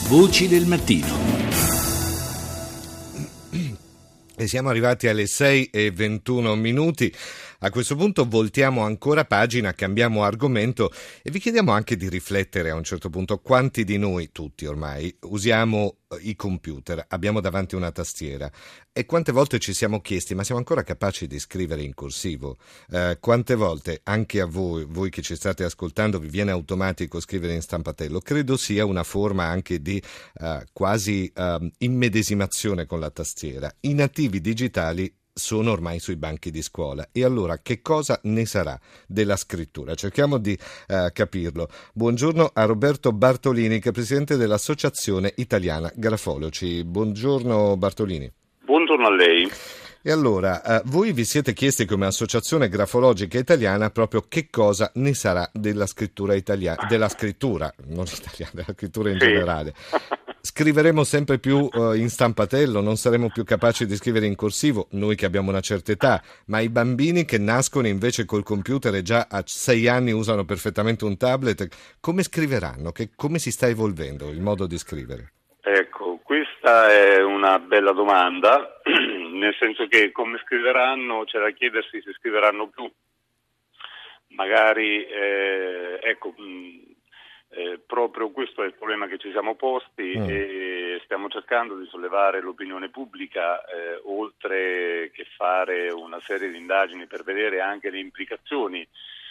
Voci del mattino. E siamo arrivati alle 6:21. A questo punto voltiamo ancora pagina, cambiamo argomento e vi chiediamo anche di riflettere a un certo punto quanti di noi, tutti ormai, usiamo i computer, abbiamo davanti una tastiera e quante volte ci siamo chiesti ma siamo ancora capaci di scrivere in corsivo? Quante volte anche a voi che ci state ascoltando, vi viene automatico scrivere in stampatello? Credo sia una forma anche di quasi immedesimazione con la tastiera. I nativi digitali sono ormai sui banchi di scuola. E allora che cosa ne sarà della scrittura? Cerchiamo di capirlo. Buongiorno a Roberto Bartolini, che è presidente dell'Associazione Italiana Grafologi. Buongiorno Bartolini. Buongiorno a lei. E allora, voi vi siete chiesti come Associazione Grafologica Italiana proprio che cosa ne sarà della scrittura italiana, della scrittura in generale. Scriveremo sempre più in stampatello, non saremo più capaci di scrivere in corsivo, noi che abbiamo una certa età, ma i bambini che nascono invece col computer e già a 6 anni usano perfettamente un tablet, come scriveranno? Come si sta evolvendo il modo di scrivere? Ecco, questa è una bella domanda, nel senso che come scriveranno, c'è da chiedersi se scriveranno più. Magari, proprio questo è il problema che ci siamo posti e stiamo cercando di sollevare l'opinione pubblica, oltre che fare una serie di indagini per vedere anche le implicazioni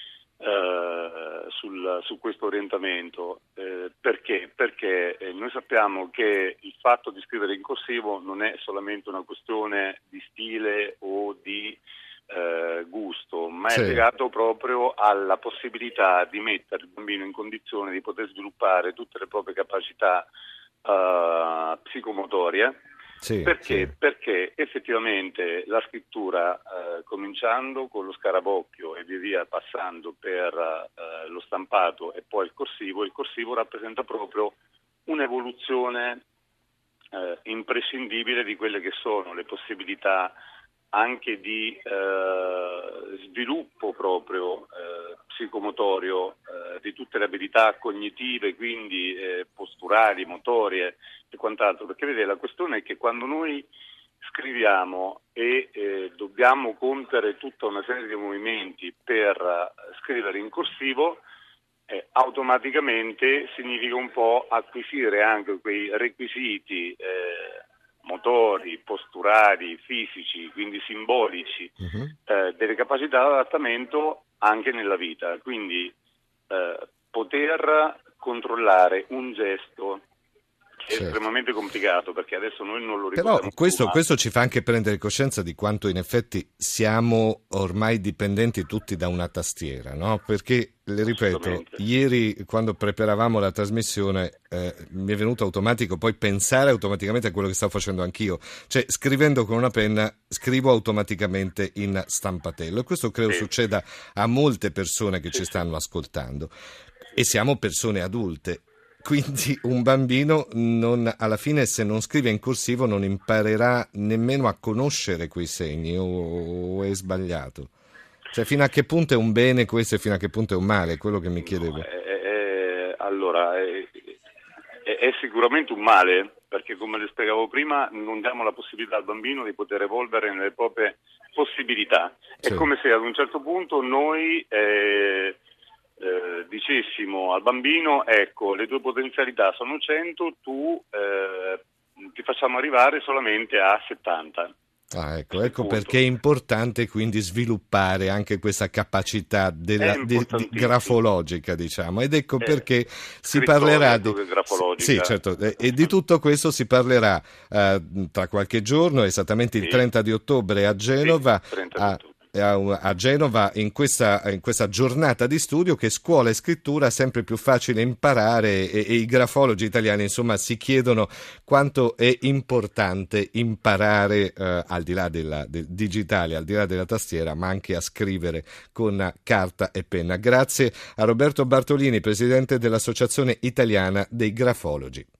su questo orientamento. Perché? Perché noi sappiamo che il fatto di scrivere in corsivo non è solamente una questione di stile o di gusto, ma è legato proprio alla possibilità di mettere il bambino in condizione di poter sviluppare tutte le proprie capacità psicomotorie. Perché? Perché effettivamente la scrittura, cominciando con lo scarabocchio e via via passando per lo stampato e poi il corsivo rappresenta proprio un'evoluzione imprescindibile di quelle che sono le possibilità anche di sviluppo proprio psicomotorio di tutte le abilità cognitive, quindi posturali, motorie e quant'altro, perché vedete, la questione è che quando noi scriviamo e dobbiamo compiere tutta una serie di movimenti per scrivere in corsivo, automaticamente significa un po' acquisire anche quei requisiti motori, posturali, fisici, quindi simbolici, delle capacità di adattamento anche nella vita. Quindi poter controllare un gesto è estremamente complicato, perché adesso noi non lo ricordiamo. Però questo ci fa anche prendere coscienza di quanto in effetti siamo ormai dipendenti tutti da una tastiera, no? Perché, le ripeto, ieri quando preparavamo la trasmissione mi è venuto automatico poi pensare automaticamente a quello che stavo facendo anch'io, cioè scrivendo con una penna scrivo automaticamente in stampatello, e questo credo succeda a molte persone che ci stanno ascoltando, e siamo persone adulte. Quindi un bambino alla fine, se non scrive in corsivo, non imparerà nemmeno a conoscere quei segni, o è sbagliato? Cioè, fino a che punto è un bene questo e fino a che punto è un male? È quello che mi chiedevo. Allora, è sicuramente un male, perché come le spiegavo prima non diamo la possibilità al bambino di poter evolvere nelle proprie possibilità. È come se ad un certo punto noi dicessimo al bambino: ecco, le tue potenzialità sono 100, tu ti facciamo arrivare solamente a 70. Ecco perché è importante quindi sviluppare anche questa capacità di grafologica, diciamo, ed ecco perché si parlerà di grafologica. Certo, e di tutto questo si parlerà tra qualche giorno, esattamente il 30 di ottobre a Genova. A Genova, in questa giornata di studio che scuola e scrittura sempre più facile imparare, e i grafologi italiani insomma si chiedono quanto è importante imparare al di là del digitale, al di là della tastiera, ma anche a scrivere con carta e penna. Grazie a Roberto Bartolini, presidente dell'Associazione Italiana dei Grafologi.